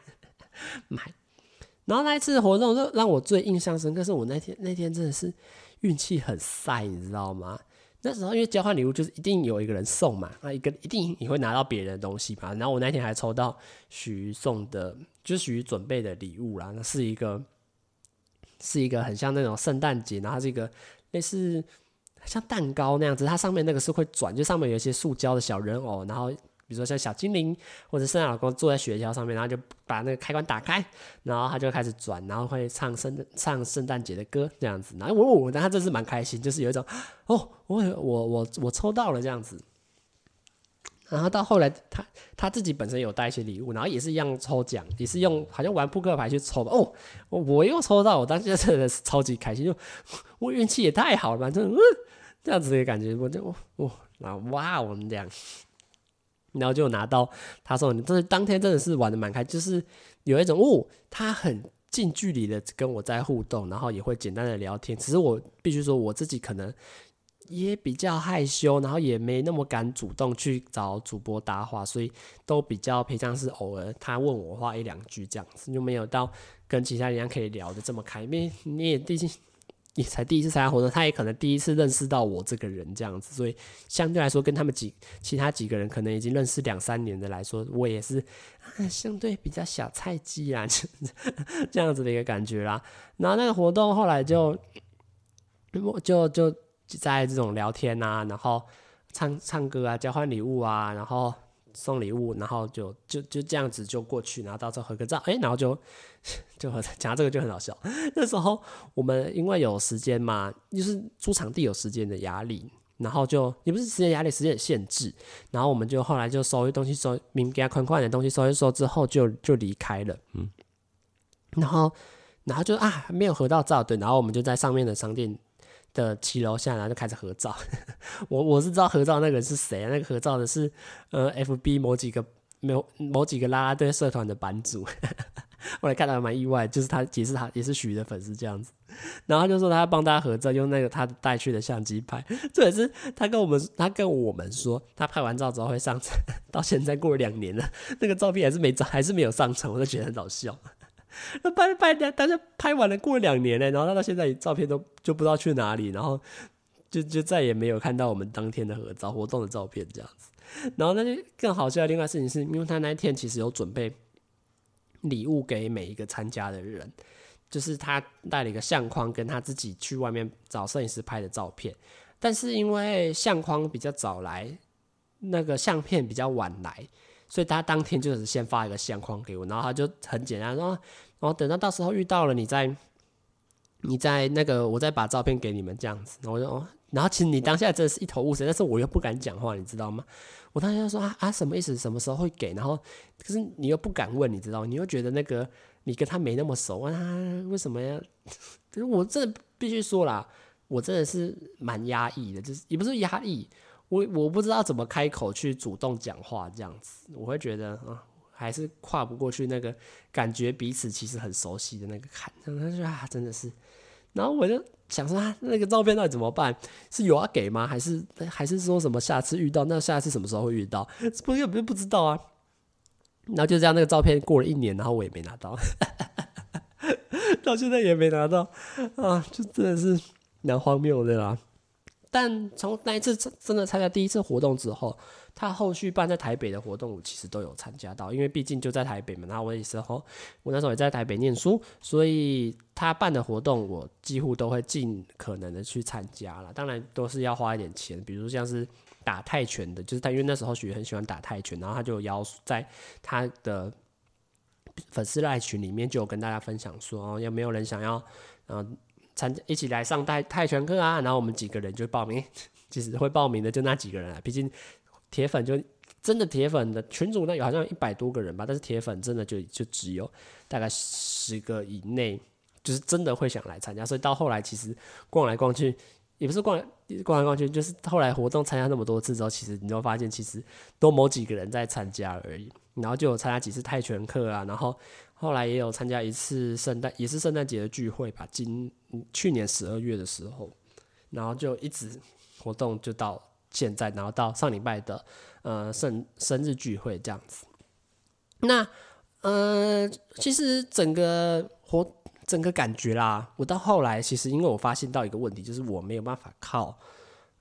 然后那一次活动就让我最印象深刻，是我那天真的是运气很晒，你知道吗？ 那时候因为交换礼物就是一定有一个人送嘛，那一定你会拿到别人的东西嘛。然后我那天还抽到许送的，就是许准备的礼物啦，那是一个很像那种圣诞节，然后它是一个类似像蛋糕那样子，它上面那个是会转，就上面有一些塑胶的小人偶，然后比如说像小精灵或者圣诞老公坐在雪橇上面，然后就把那个开关打开，然后他就开始转，然后会唱圣诞节的歌这样子。然后但他这次蛮开心，就是有一种我抽到了这样子。然后到后来他自己本身有带一些礼物，然后也是一样抽奖，也是用好像玩扑克牌去抽吧。我又抽到，我当时真的是超级开心，就我运气也太好了吧，真的这样子的感觉，我就然后哇我们这样。然后就拿到他送的，就是当天真的是玩的蛮开，就是有一种他很近距离的跟我在互动，然后也会简单的聊天。只是我必须说我自己可能也比较害羞，然后也没那么敢主动去找主播搭话，所以都比较偏向是偶尔他问我话一两句这样子，就没有到跟其他人一样可以聊的这么开，因为你也毕竟也才第一次参加活动，他也可能第一次认识到我这个人这样子，所以相对来说跟他们其他几个人可能已经认识2-3年的来说，我也是相对比较小菜鸡啊这样子的一个感觉啦。然后那个活动后来就在这种聊天啊，然后唱歌啊，交换礼物啊，然后送礼物，然后就这样子就过去，然后到时候合个照，然后就讲到这个就很好笑。那时候我们因为有时间嘛，就是租场地有时间的压力，然后就也不是时间压力，时间的限制，然后我们就后来就收一东西，收明给他款的东西收一收之后就离开了，然后就没有合到照，对，然后我们就在上面的商店的7楼下，然后就开始合照。我是知道合照那个人是谁，那个合照的是FB 某几个啦啦队社团的版主。后来看到蛮意外，就是他也是许的粉丝这样子。然后他就说他要帮大家合照，用那个他带去的相机拍。这也是他跟我们说，他拍完照之后会上传，到现在过了2年了，那个照片还是没有上传，我就觉得很好笑。大家拍完了，过了2年了，然后他到现在照片都就不知道去哪里，然后就再也没有看到我们当天的合照活动的照片这样子。然后那就更好笑的另外事情是，因为他那一天其实有准备礼物给每一个参加的人，就是他带了一个相框跟他自己去外面找摄影师拍的照片，但是因为相框比较早来，那个相片比较晚来，所以他当天就是先发一个相框给我，然后他就很简单说，然后等到时候遇到了你在那个我再把照片给你们这样子，然后其实你当下真的是一头雾水，但是我又不敢讲话，你知道吗？我当时就说什么意思？什么时候会给？然后可是你又不敢问，你知道吗？你又觉得那个你跟他没那么熟，为什么呀？可是我真的必须说啦，我真的是蛮压抑的，就是也不是压抑，我不知道怎么开口去主动讲话这样子，我会觉得还是跨不过去那个感觉彼此其实很熟悉的那个坎，真的是。然后我就想说那个照片到底怎么办？是有要给吗？还是说什么下次遇到？那下次什么时候会遇到？不知道啊。然后就这样，那个照片过了1年，然后我也没拿到，到现在也没拿到就真的是蛮荒谬的啦。但从那一次真的参加第一次活动之后，他后续办在台北的活动我其实都有参加到，因为毕竟就在台北嘛，然后我那时候也在台北念书，所以他办的活动我几乎都会尽可能的去参加啦，当然都是要花一点钱，比如像是打泰拳的，就是他因为那时候许很喜欢打泰拳，然后他就邀在他的粉丝赖群里面就有跟大家分享说有没有人想要一起来上泰拳课啊，然后我们几个人就报名，其实会报名的就那几个人毕竟铁粉就真的铁粉的群组有好像100多个人吧，但是铁粉真的就只有大概10个以内，就是真的会想来参加，所以到后来其实逛来逛去，也不是逛来逛去，就是后来活动参加那么多次之后，其实你就发现其实都某几个人在参加而已，然后就有参加几次泰拳课啊，然后后来也有参加一次也是圣诞节的聚会吧，去年12月的时候，然后就一直活动就到现在，然后到上礼拜的生日聚会这样子。那其实整个感觉啦，我到后来其实因为我发现到一个问题，就是我没有办法靠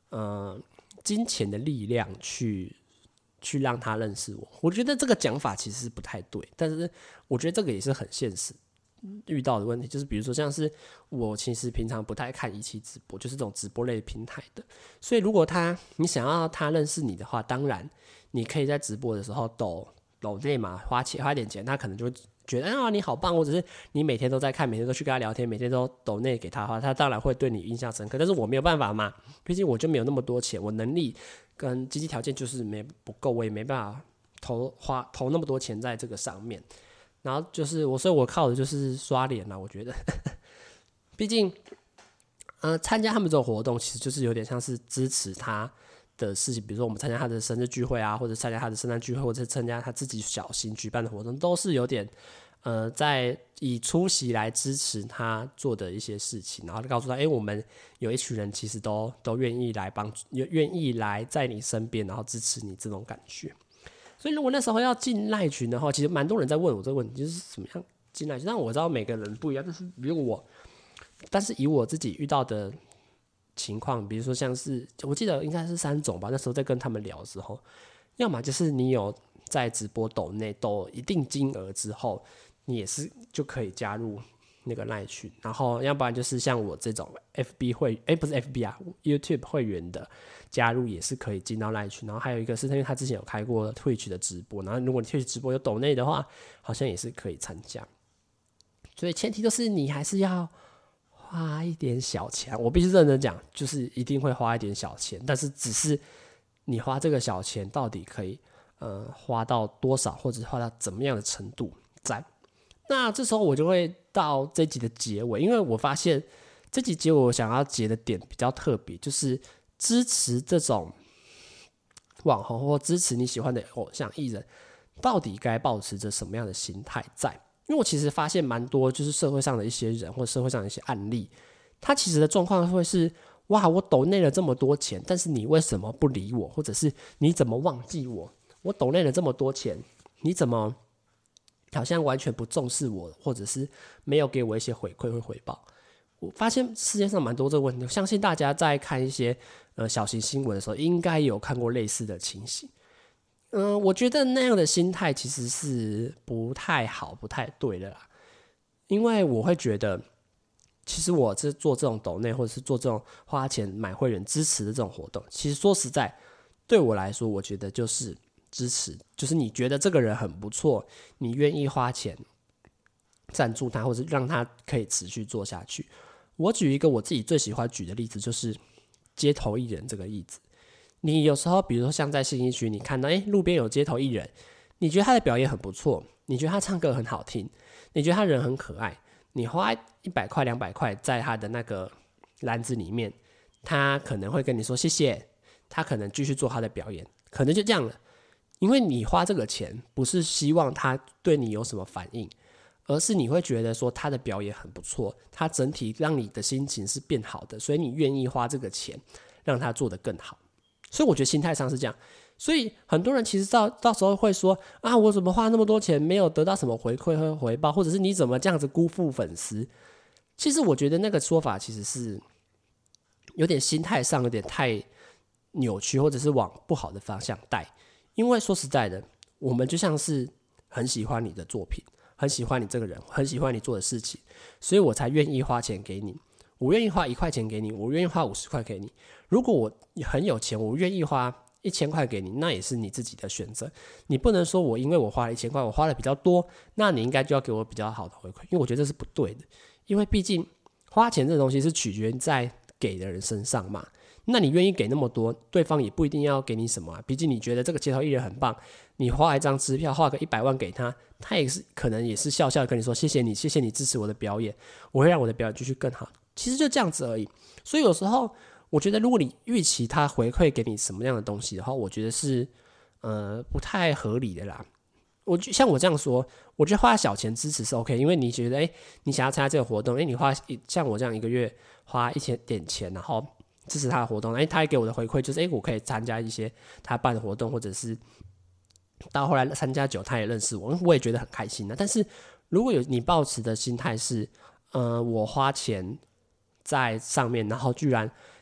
金钱的力量去让他认识我。我觉得这个讲法其实不太对，但是我觉得这个也是很现实遇到的问题，就是比如说像是我其实平常不太看一期直播，就是这种直播类平台的，所以如果你想要他认识你的话，当然你可以在直播的时候抖内嘛，花一点钱，他可能就会觉得你好棒，或者是你每天都在看，每天都去跟他聊天，每天都抖内给他的话，他当然会对你印象深刻。但是我没有办法嘛，毕竟我就没有那么多钱，我能力跟经济条件就是不够，我也没办法投那么多钱在这个上面。然后就是所以我靠的就是刷脸啦，我觉得，毕竟参加他们这种活动，其实就是有点像是支持他的事情，比如说我们参加他的生日聚会啊，或者参加他的圣诞聚会，或者参加他自己小型举办的活动，都是有点在以出席来支持他做的一些事情，然后告诉他，我们有一群人其实都愿意来愿意来在你身边，然后支持你这种感觉。所以如果那时候要进赖群的话，其实蛮多人在问我这个问题，就是怎么样进赖群。但我知道每个人不一样，但是以我自己遇到的情况，比如说像是我记得应该是3种吧，那时候在跟他们聊的时候，要么就是你有在直播抖内抖一定金额之后，你也是就可以加入那个赖群，然后要不然就是像我这种 FB 不是 FB 啊 YouTube 会员的加入也是可以进到赖群，然后还有一个是因为他之前有开过 Twitch 的直播，然后如果你 Twitch 直播有抖内的话，好像也是可以参加，所以前提就是你还是要花一点小钱，我必须认真讲，就是一定会花一点小钱，但是只是你花这个小钱到底可以花到多少，或者花到怎么样的程度在。那这时候我就会到这集的结尾，因为我发现这集结尾我想要结的点比较特别，就是支持这种网红或支持你喜欢的偶像艺人，到底该保持着什么样的心态在？因为我其实发现蛮多就是社会上的一些人或社会上的一些案例，他其实的状况会是哇，我抖内了这么多钱，但是你为什么不理我，或者是你怎么忘记我？我抖内了这么多钱，你怎么好像完全不重视我，或者是没有给我一些回馈或回报？我发现世界上蛮多这个问题，相信大家在看一些小型新闻的时候，应该有看过类似的情形。我觉得那样的心态其实是不太好、不太对的啦。因为我会觉得，其实我是做这种抖内，或者是做这种花钱买会员支持的这种活动，其实说实在，对我来说，我觉得就是支持，就是你觉得这个人很不错，你愿意花钱赞助他，或者让他可以持续做下去。我举一个我自己最喜欢举的例子，就是街头艺人这个例子。你有时候比如说像在信义区，你看到路边有街头艺人，你觉得他的表演很不错，你觉得他唱歌很好听，你觉得他人很可爱，你花100块200块在他的那个篮子里面，他可能会跟你说谢谢，他可能继续做他的表演，可能就这样了。因为你花这个钱不是希望他对你有什么反应，而是你会觉得说他的表演很不错，他整体让你的心情是变好的，所以你愿意花这个钱让他做得更好。所以我觉得心态上是这样，所以很多人其实到时候会说啊，我怎么花那么多钱没有得到什么回馈和回报，或者是你怎么这样子辜负粉丝？其实我觉得那个说法其实是有点心态上有点太扭曲，或者是往不好的方向带。因为说实在的，我们就像是很喜欢你的作品，很喜欢你这个人，很喜欢你做的事情，所以我才愿意花钱给你。我愿意花1块钱给你，我愿意花50块给你。如果我很有钱，我愿意花1000块给你，那也是你自己的选择。你不能说因为我花了1000块，我花的比较多，那你应该就要给我比较好的回馈，因为我觉得这是不对的。因为毕竟花钱这东西是取决在给的人身上嘛。那你愿意给那么多，对方也不一定要给你什么啊。毕竟你觉得这个街头艺人很棒，你花一张支票，花个100万给他，他也是可能也是笑笑跟你说谢谢你，谢谢你支持我的表演，我会让我的表演继续更好。其实就这样子而已。所以有时候我觉得，如果你预期他回馈给你什么样的东西的话，我觉得是不太合理的啦。像我这样说，我觉得花小钱支持是 OK， 因为你觉得你想要参加这个活动，你像我这样1个月花1点钱，然后支持他的活动，他也给我的回馈就是我可以参加一些他办的活动，或者是到后来参加久他也认识我，我也觉得很开心。但是如果你抱持的心态是我花钱在上面，然后居然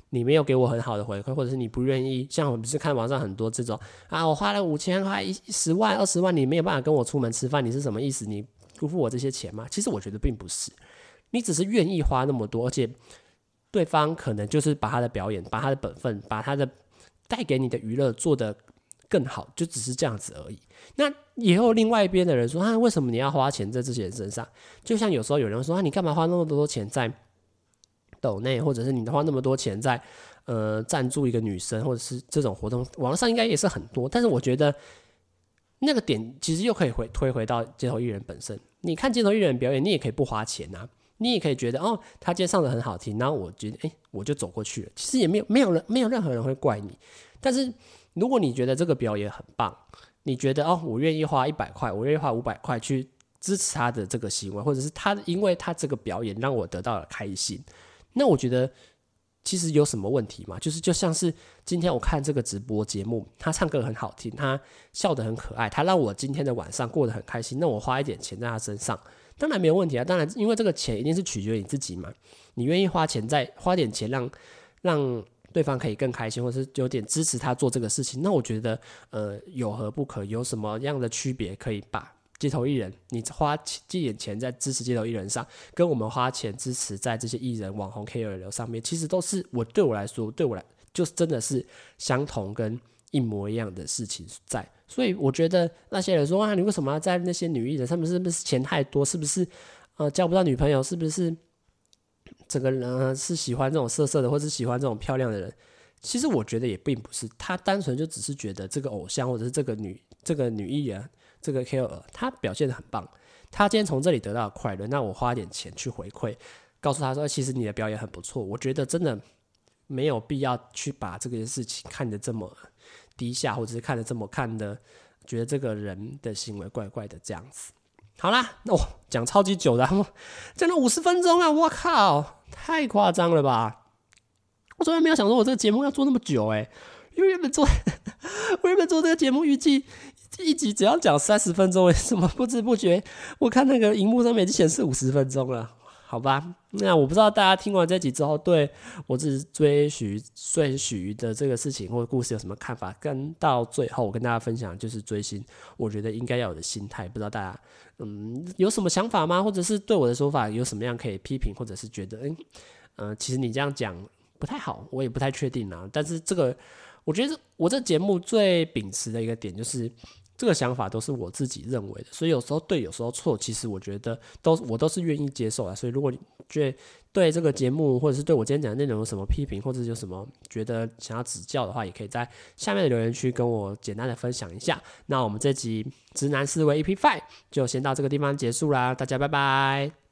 你没有给我很好的回馈，或者是你不愿意，像我不是看网上很多这种啊，我花了5000块、10万、20万，你没有办法跟我出门吃饭，你是什么意思？你辜负我这些钱吗？其实我觉得并不是，你只是愿意花那么多，而且对方可能就是把他的表演、把他的本分、把他的带给你的娱乐做得更好，就只是这样子而已。那也有另外一边的人说啊，为什么你要花钱在这些人身上？就像有时候有人说啊，你干嘛花那么多钱在抖内，或者是你花那么多钱在赞助一个女生，或者是这种活动，网络上应该也是很多。但是我觉得那个点其实又可以推回到街头艺人本身。你看街头艺人表演，你也可以不花钱啊，你也可以觉得哦，他今天唱的很好听，然后我觉得我就走过去了。其实也没有任何人会怪你。但是如果你觉得这个表演很棒，你觉得哦，我愿意花100块，我愿意花500块去支持他的这个行为，或者是因为他这个表演让我得到了开心。那我觉得其实有什么问题嘛？就像是今天我看这个直播节目，他唱歌很好听，他笑得很可爱，他让我今天的晚上过得很开心，那我花一点钱在他身上，当然没有问题啊。当然，因为这个钱一定是取决于你自己嘛，你愿意花点钱让对方可以更开心，或是有点支持他做这个事情，那我觉得有何不可？有什么样的区别可以把街头艺人，你花这点钱在支持街头艺人上，跟我们花钱支持在这些艺人、网红、KOL 上面，其实都是对我来说就是真的是相同跟一模一样的事情在。所以我觉得那些人说啊，你为什么要在那些女艺人上面？是不是钱太多？是不是交不到女朋友？是不是整个人是喜欢这种色色的，或是喜欢这种漂亮的人？其实我觉得也并不是，他单纯就只是觉得这个偶像或者是这个女艺人。这个 KOL 他表现得很棒，他今天从这里得到快乐，那我花点钱去回馈，告诉他说其实你的表演很不错。我觉得真的没有必要去把这个事情看得这么低下，或者是看得觉得这个人的行为怪怪的这样子。好啦，讲超级久的，讲了50分钟啊！我靠，太夸张了吧！我从来没有想说我这个节目要做那么久因为原本做这个节目预计一集只要讲30分钟，为什么不知不觉我看那个荧幕上面已经显示50分钟了？好吧，那我不知道大家听完这集之后，对我自己追许的这个事情或者故事有什么看法？跟到最后我跟大家分享就是追星，我觉得应该要有的心态。不知道大家有什么想法吗？或者是对我的说法有什么样可以批评，或者是觉得其实你这样讲不太好，我也不太确定啊。但是这个我觉得我这节目最秉持的一个点就是这个想法都是我自己认为的，所以有时候对有时候错，其实我觉得我都是愿意接受的。所以如果你觉得对这个节目或者是对我今天讲的内容有什么批评，或者有什么觉得想要指教的话，也可以在下面的留言区跟我简单的分享一下。那我们这集直男思维 EP5 就先到这个地方结束啦，大家拜拜。